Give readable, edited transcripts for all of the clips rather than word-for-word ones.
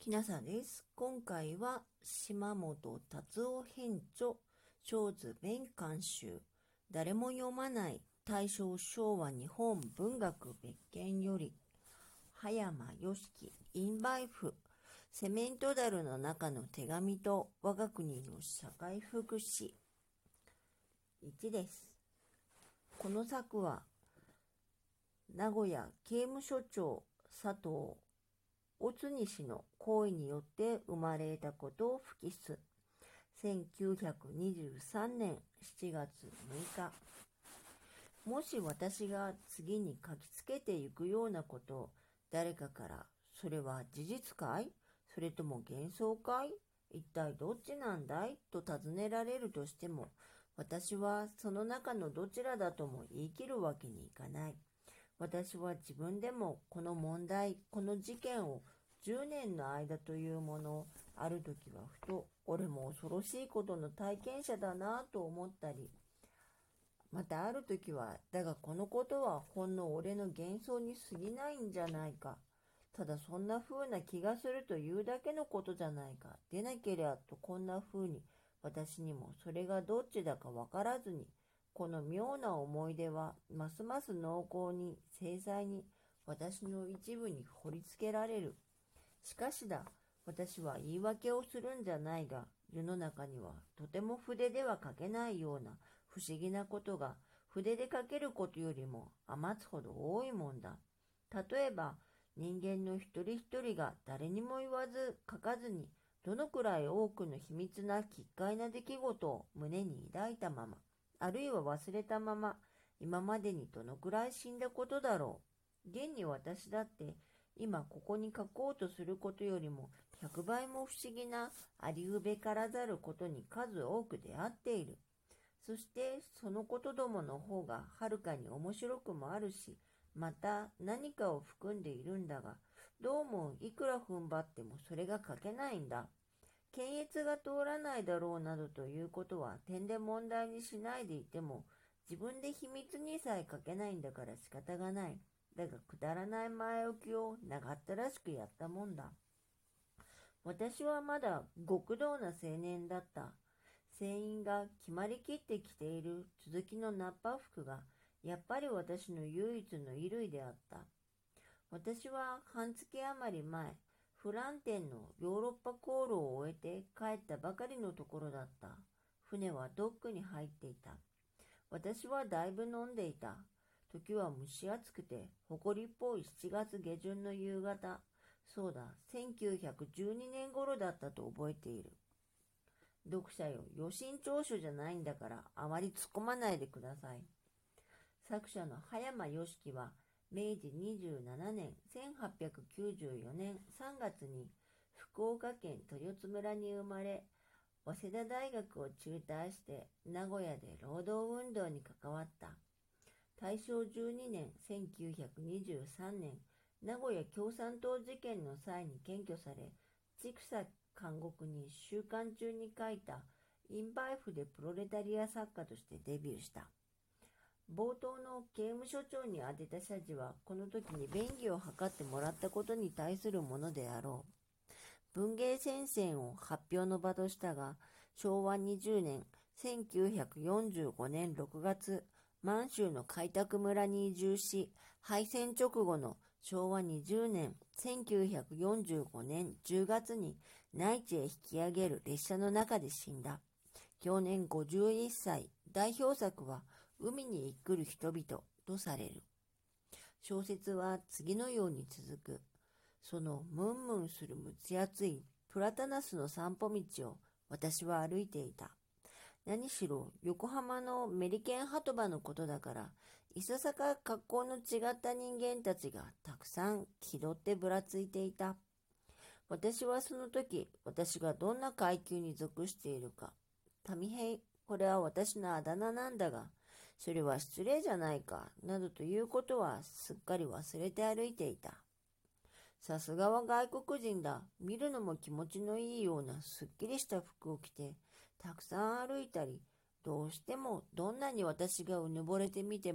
きなさです。今回は島本達夫編著、小図弁監修、誰も読まない大正昭和日本文学別件より、葉山良樹インバイフ、セメントダルの中の手紙と我が国の社会福祉1です。この作は名古屋刑務所長佐藤おつに氏の行為によって生まれたことを吹きす。1923年7月6日。もし私が次に書きつけていくようなことを誰かからそれは事実かいそれとも幻想かい一体どっちなんだいと尋ねられるとしても、私はその中のどちらだとも言い切るわけにいかない。私は自分でもこの問題、この事件を10年の間というものをある時はふと俺も恐ろしいことの体験者だなと思ったり、またある時はだがこのことはほんの俺の幻想に過ぎないんじゃないか、ただそんな風な気がするというだけのことじゃないか、でなけりゃとこんな風に私にもそれがどっちだかわからずに、この妙な思い出はますます濃厚に精細に私の一部に掘り付けられる。しかしだ、私は言い訳をするんじゃないが、世の中にはとても筆では書けないような不思議なことが筆で書けることよりも余つほど多いもんだ。例えば、人間の一人一人が誰にも言わず書かずに、どのくらい多くの秘密な奇怪な出来事を胸に抱いたまま、あるいは忘れたまま、今までにどのくらい死んだことだろう。現に私だって今ここに書こうとすることよりも100倍も不思議なありうべからざることに数多く出会っている。そしてそのことどもの方がはるかに面白くもあるし、また何かを含んでいるんだが、どうもいくら踏ん張ってもそれが書けないんだ。検閲が通らないだろうなどということは点で問題にしないでいても、自分で秘密にさえ書けないんだから仕方がない。だがくだらない前置きを長ったらしくやったもんだ。私はまだ極道な青年だった。船員が決まりきって着ている続きのナッパ服がやっぱり私の唯一の衣類であった。私は半月余り前、フランテンのヨーロッパ航路を終えて帰ったばかりのところだった。船はドックに入っていた。私はだいぶ飲んでいた。時は蒸し暑くて、埃っぽい7月下旬の夕方。そうだ、1912年頃だったと覚えている。読者よ、予診調書じゃないんだから、あまり突っ込まないでください。作者の葉山良樹は、明治27年1894年3月に福岡県豊津村に生まれ、早稲田大学を中退して名古屋で労働運動に関わった。大正12年1923年、名古屋共産党事件の際に検挙され、千草監獄に収監中に書いたインバイフでプロレタリア作家としてデビューした。冒頭の刑務所長に宛てた謝辞は、この時に便宜を図ってもらったことに対するものであろう。文芸戦線を発表の場としたが、昭和20年1945年6月、満州の開拓村に移住し、敗戦直後の昭和20年1945年10月に内地へ引き上げる列車の中で死んだ。享年51歳、代表作は海に生る人々とされる。小説は次のように続く。そのムンムンするむつやついプラタナスの散歩道を私は歩いていた。何しろ横浜のメリケン鳩場のことだから、いささか格好の違った人間たちがたくさん気取ってぶらついていた。私はその時、私がどんな階級に属しているか、民兵、これは私のあだ名なんだが、それは失礼じゃないか、などということはすっかり忘れて歩いていた。さすがは外国人だ。見るのも気持ちのいいようなすっきりした服を着て、たくさん歩いたり、どうしてもどんなに私がうぬぼれてみても、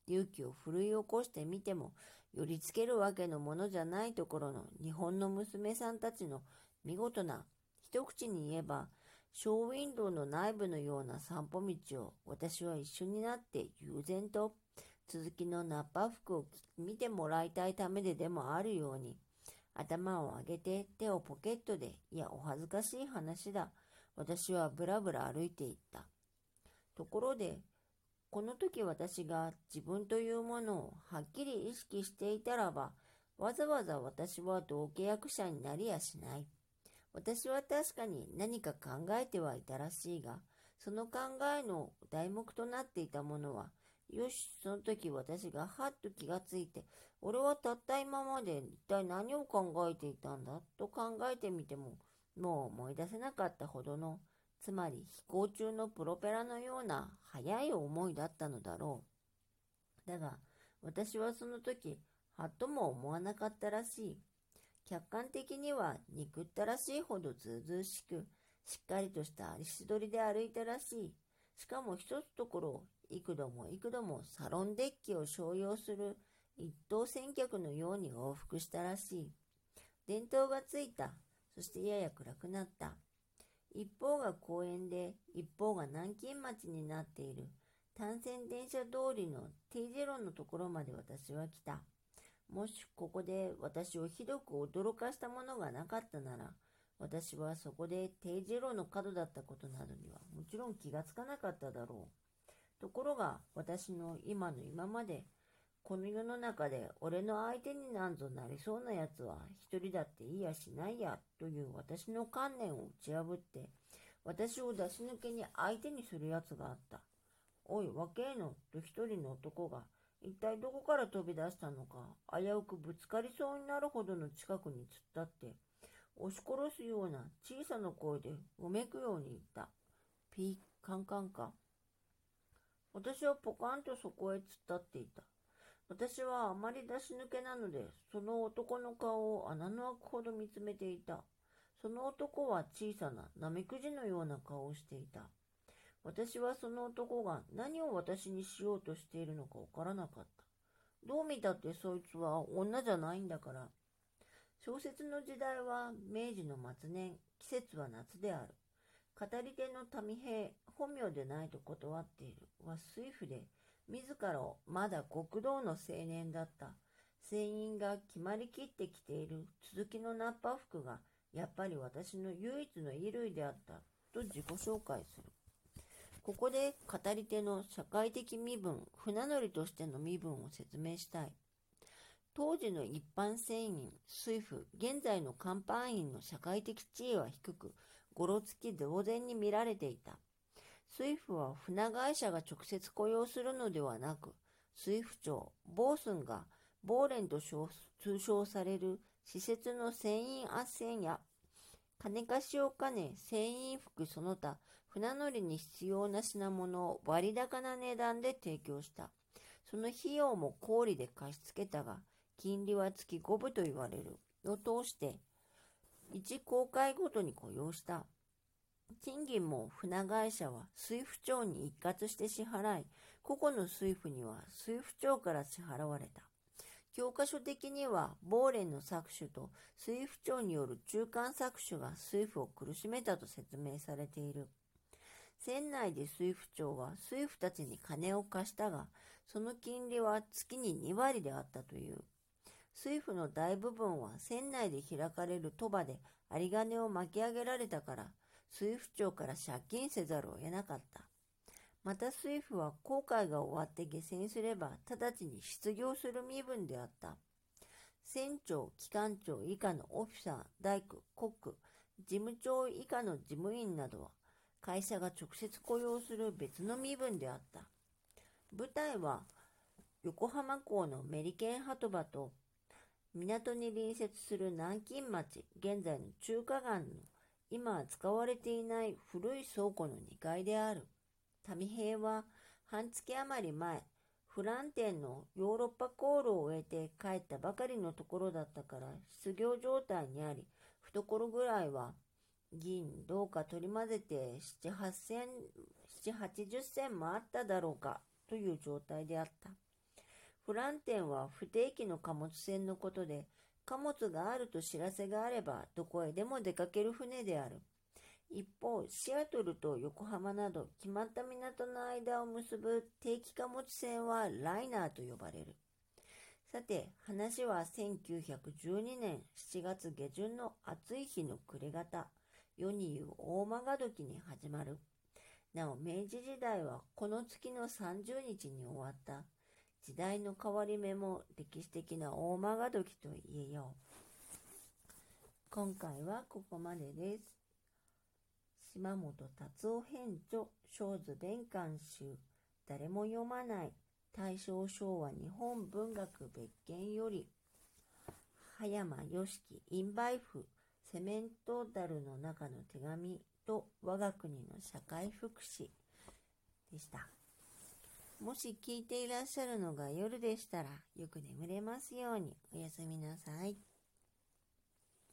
勇気を奮い起こしてみても、寄りつけるわけのものじゃないところの日本の娘さんたちの見事な、一口に言えば、ショーウィンドウの内部のような散歩道を私は一緒になって悠然と続きのナッパ服を見てもらいたいためででもあるように、頭を上げて手をポケットで、いやお恥ずかしい話だ。私はぶらぶら歩いていった。ところで、この時私が自分というものをはっきり意識していたらば、わざわざ私は同契約者になりやしない。私は確かに何か考えてはいたらしいが、その考えの題目となっていたものは、よし、その時私がはっと気がついて、俺はたった今まで一体何を考えていたんだと考えてみても、もう思い出せなかったほどの、つまり飛行中のプロペラのような速い思いだったのだろう。だが、私はその時、はっとも思わなかったらしい。客観的には憎ったらしいほどずうずうしく、しっかりとした足取りで歩いたらしい。しかも一つところを幾度も幾度もサロンデッキを商用する一等先客のように往復したらしい。電灯がついた。そしてやや暗くなった。一方が公園で、一方が南京町になっている単線電車通りの T 字路のところまで私は来た。もしここで私をひどく驚かしたものがなかったなら、私はそこで定時路の角だったことなどにはもちろん気がつかなかっただろう。ところが私の今の今まで、この世の中で俺の相手になんぞなりそうなやつは一人だっていいやしないやという私の観念を打ち破って、私を出し抜けに相手にするやつがあった。おい、若えのと一人の男が、一体どこから飛び出したのか、危うくぶつかりそうになるほどの近くに突っ立って、押し殺すような小さな声でうめくように言った。ピーカンカンか。私はポカンとそこへ突っ立っていた。私はあまり出し抜けなので、その男の顔を穴の開くほど見つめていた。その男は小さなナメクジのような顔をしていた。私はその男が何を私にしようとしているのかわからなかった。どう見たってそいつは女じゃないんだから。小説の時代は明治の末年、季節は夏である。語り手の民兵、本名でないと断っているは水夫で、自らをまだ極道の青年だった船員が決まりきって着ている続きのナッパ服がやっぱり私の唯一の衣類であったと自己紹介する。ここで語り手の社会的身分、船乗りとしての身分を説明したい。当時の一般船員、水夫、現在の甲板員の社会的地位は低く、ごろつき同然に見られていた。水夫は船会社が直接雇用するのではなく、水夫長、ボースンが、ボーレンと通称される施設の船員斡旋や、金貸しを兼ね、船員服その他、船乗りに必要な品物を割高な値段で提供した。その費用も高利で貸し付けたが、金利は月5分と言われる。を通して、1航海ごとに雇用した。賃金も船会社は水夫長に一括して支払い、個々の水夫には水夫長から支払われた。教科書的には、ボーレンの搾取と水夫長による中間搾取が水夫を苦しめたと説明されている。船内で水夫長は水夫たちに金を貸したが、その金利は月に2割であったという。水夫の大部分は船内で開かれる賭場で有り金を巻き上げられたから、水夫長から借金せざるを得なかった。また水夫は航海が終わって下船すれば直ちに失業する身分であった。船長、機関長以下のオフィサー、大工、コック、事務長以下の事務員などは会社が直接雇用する別の身分であった。舞台は横浜港のメリケン波止場と港に隣接する南京町、現在の中華街の今は使われていない古い倉庫の2階である。民兵は半月余り前、フラン店のヨーロッパ航路を終えて帰ったばかりのところだったから失業状態にあり、懐ぐらいは銀どうか取り混ぜて7、80銭もあっただろうかという状態であった。 フランテンは不定期の貨物船のことで、貨物があると知らせがあればどこへでも出かける船である。一方、シアトルと横浜など決まった港の間を結ぶ定期貨物船はライナーと呼ばれる。さて、話は1912年7月下旬の暑い日の暮れ方、世に言う大曲時に始まる。なお、明治時代はこの月の30日に終わった。時代の変わり目も歴史的な大曲時と言えよう。今回はここまでです。島本達夫編著、小図伝巻集、誰も読まない、大正昭和日本文学別件より、葉山良樹インバイフ、セメントダルの中の手紙と我が国の社会福祉でした。もし聞いていらっしゃるのが夜でしたら、よく眠れますようにおやすみなさい。